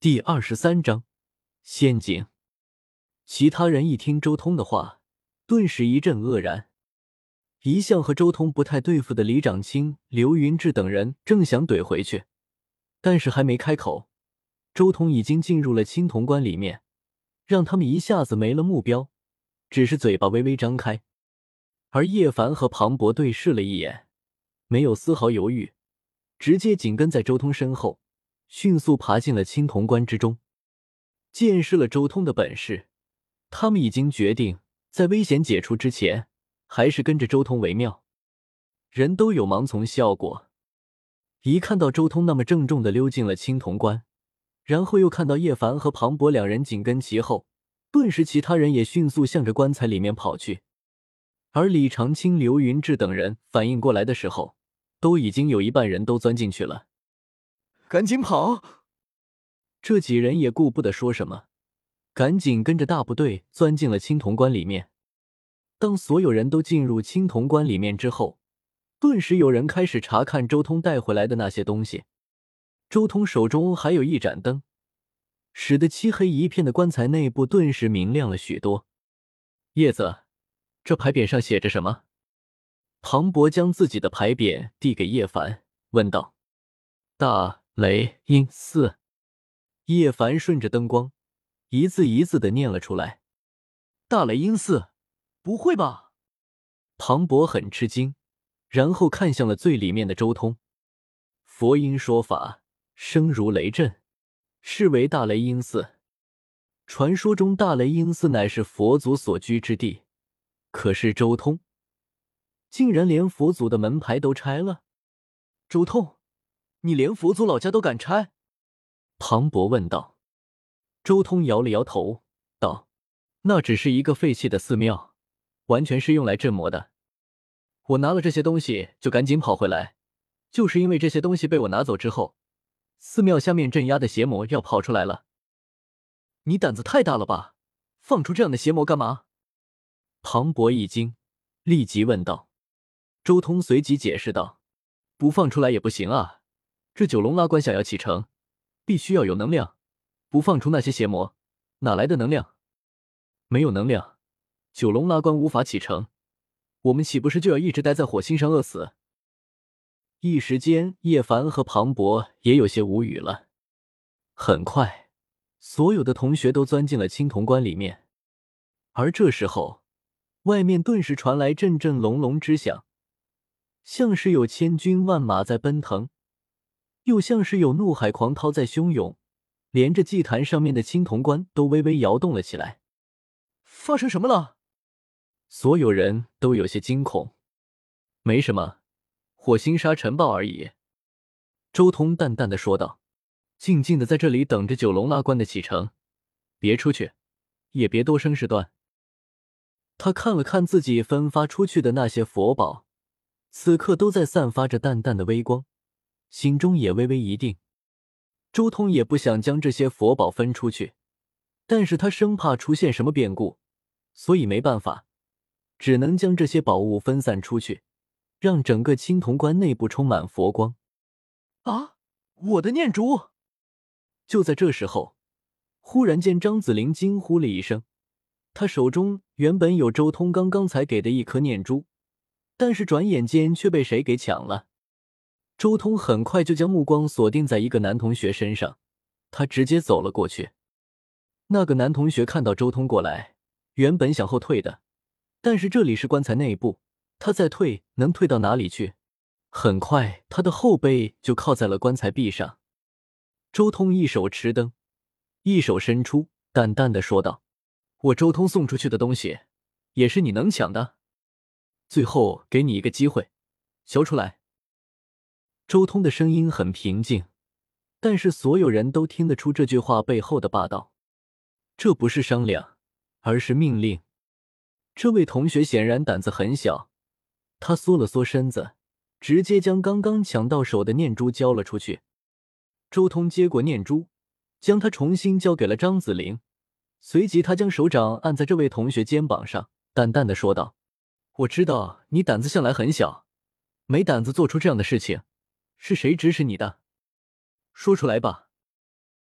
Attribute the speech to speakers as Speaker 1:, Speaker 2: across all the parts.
Speaker 1: 第23章陷阱。其他人一听周通的话，顿时一阵愕然。一向和周通不太对付的李长青、刘云志等人正想怼回去，但是还没开口，周通已经进入了青铜棺里面，让他们一下子没了目标，只是嘴巴微微张开。而叶凡和庞博对视了一眼，没有丝毫犹豫，直接紧跟在周通身后，迅速爬进了青铜棺之中。见识了周通的本事，他们已经决定在危险解除之前，还是跟着周通为妙。人都有盲从效果，一看到周通那么郑重地溜进了青铜棺，然后又看到叶凡和庞博两人紧跟其后，顿时其他人也迅速向着棺材里面跑去。而李长青、刘云志等人反应过来的时候，都已经有一半人都钻进去了。
Speaker 2: 赶紧跑！
Speaker 1: 这几人也顾不得说什么，赶紧跟着大部队钻进了青铜棺里面。当所有人都进入青铜棺里面之后，顿时有人开始查看周通带回来的那些东西。周通手中还有一盏灯，使得漆黑一片的棺材内部顿时明亮了许多。叶子，这牌匾上写着什么？庞博将自己的牌匾递给叶凡，问道。大雷音寺。叶凡顺着灯光，一字一字地念了出来。大雷音寺？不会吧？庞博很吃惊，然后看向了最里面的周通。佛音说法，声如雷震，是为大雷音寺。传说中大雷音寺乃是佛祖所居之地，可是周通竟然连佛祖的门牌都拆了。周通，你连佛祖老家都敢拆？庞博问道。周通摇了摇头，道：那只是一个废弃的寺庙，完全是用来镇魔的。我拿了这些东西就赶紧跑回来，就是因为这些东西被我拿走之后，寺庙下面镇压的邪魔要跑出来了。你胆子太大了吧，放出这样的邪魔干嘛？庞博一惊，立即问道。周通随即解释道：不放出来也不行啊，这九龙拉关想要启程，必须要有能量，不放出那些邪魔，哪来的能量？没有能量，九龙拉关无法启程，我们岂不是就要一直待在火星上饿死？一时间，叶凡和庞博也有些无语了。很快，所有的同学都钻进了青铜棺里面，而这时候，外面顿时传来阵阵隆隆之响，像是有千军万马在奔腾，又像是有怒海狂涛在汹涌，连着祭坛上面的青铜棺都微微摇动了起来。发生什么了？所有人都有些惊恐。没什么，火星沙尘暴而已。周通淡淡的说道，静静的在这里等着九龙拉关的启程，别出去，也别多生事端。他看了看自己分发出去的那些佛宝，此刻都在散发着淡淡的微光，心中也微微一定。周通也不想将这些佛宝分出去，但是他生怕出现什么变故，所以没办法，只能将这些宝物分散出去，让整个青铜棺内部充满佛光。啊，我的念珠！就在这时候，忽然间张子灵惊呼了一声，他手中原本有周通刚才给的一颗念珠，但是转眼间却被谁给抢了。周通很快就将目光锁定在一个男同学身上，他直接走了过去。那个男同学看到周通过来，原本想后退的，但是这里是棺材内部，他再退能退到哪里去？很快他的后背就靠在了棺材壁上。周通一手持灯，一手伸出，淡淡的说道：我周通送出去的东西也是你能抢的，最后给你一个机会，交出来。周通的声音很平静，但是所有人都听得出这句话背后的霸道。这不是商量，而是命令。这位同学显然胆子很小，他缩了缩身子，直接将刚刚抢到手的念珠交了出去。周通接过念珠，将它重新交给了张子灵，随即他将手掌按在这位同学肩膀上，淡淡的说道：我知道你胆子向来很小，没胆子做出这样的事情，是谁指使你的？说出来吧。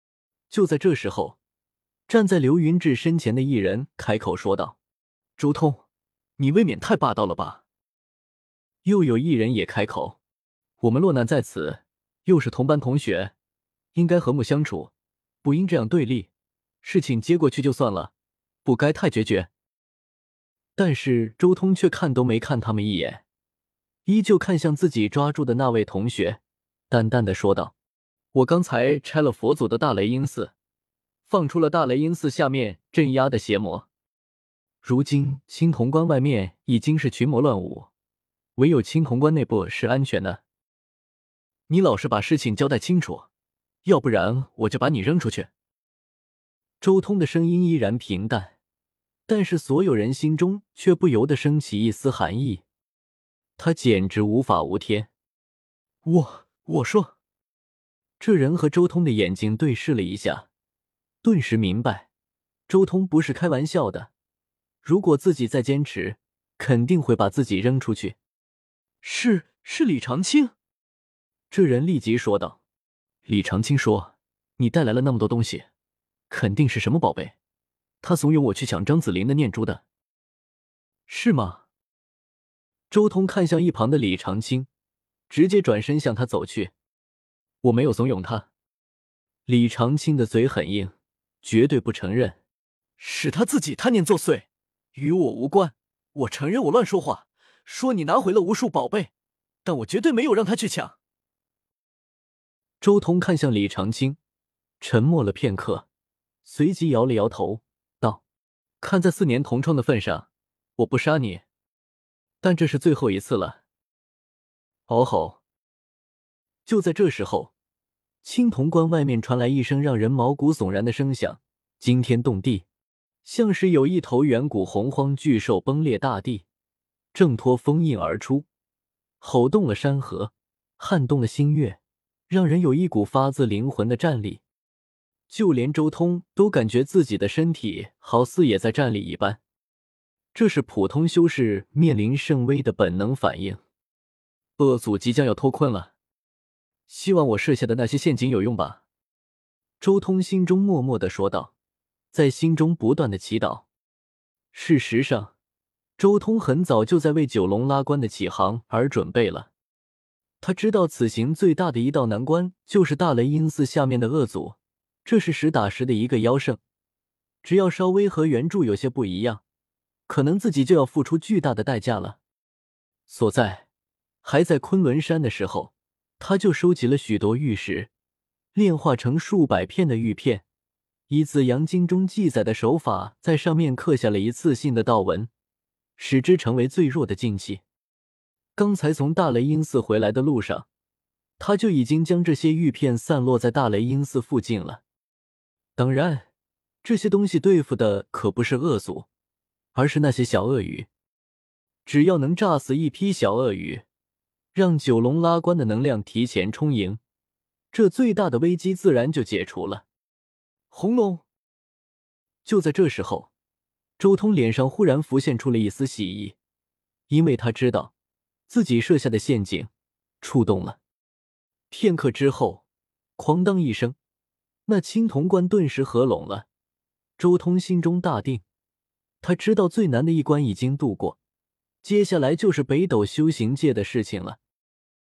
Speaker 1: 就在这时候，站在刘云志身前的一人开口说道：“
Speaker 2: 周通，你未免太霸道了吧？”
Speaker 1: 又有一人也开口：“我们落难在此，又是同班同学，应该和睦相处，不应这样对立。事情接过去就算了，不该太决绝。”但是周通却看都没看他们一眼，依旧看向自己抓住的那位同学，淡淡的说道：“我刚才拆了佛祖的大雷音寺，放出了大雷音寺下面镇压的邪魔。如今青铜关外面已经是群魔乱舞，唯有青铜关内部是安全的。你老实把事情交代清楚，要不然我就把你扔出去。”周通的声音依然平淡，但是所有人心中却不由得升起一丝寒意。他简直无法无天。我说。这人和周通的眼睛对视了一下，顿时明白，周通不是开玩笑的，如果自己再坚持，肯定会把自己扔出去。
Speaker 2: 是李长青。
Speaker 1: 这人立即说道：“李长青说，你带来了那么多东西，肯定是什么宝贝，他怂恿我去抢张子霖的念珠的，是吗？”周通看向一旁的李长青，直接转身向他走去。我没有怂恿他。李长青的嘴很硬，绝对不承认。
Speaker 2: 是他自己贪念作祟，与我无关。我承认我乱说话，说你拿回了无数宝贝，但我绝对没有让他去抢。
Speaker 1: 周通看向李长青，沉默了片刻，随即摇了摇头，道：“看在4年同窗的份上，我不杀你，但这是最后一次了。”哦吼！就在这时候，青铜关外面传来一声让人毛骨悚然的声响，惊天动地，像是有一头远古洪荒巨兽崩裂大地，挣脱封印而出，吼动了山河，撼动了星月，让人有一股发自灵魂的战栗。就连周通都感觉自己的身体好似也在战栗一般，这是普通修士面临圣威的本能反应。恶祖即将要脱困了，希望我设下的那些陷阱有用吧。周通心中默默地说道，在心中不断地祈祷。事实上，周通很早就在为九龙拉关的起航而准备了。他知道此行最大的一道难关就是大雷音寺下面的恶祖，这是实打实的一个妖圣，只要稍微和原著有些不一样，可能自己就要付出巨大的代价了。所在还在昆仑山的时候，他就收集了许多玉石，炼化成数百片的玉片，以紫阳经中记载的手法在上面刻下了一次性的道纹，使之成为最弱的禁器。刚才从大雷音寺回来的路上，他就已经将这些玉片散落在大雷音寺附近了。当然，这些东西对付的可不是恶祖，而是那些小鳄鱼。只要能炸死一批小鳄鱼，让九龙拉关的能量提前充盈，这最大的危机自然就解除了。轰隆！就在这时候，周通脸上忽然浮现出了一丝喜意，因为他知道自己设下的陷阱触动了。片刻之后，哐当一声，那青铜关顿时合拢了。周通心中大定，他知道最难的一关已经度过，接下来就是北斗修行界的事情了。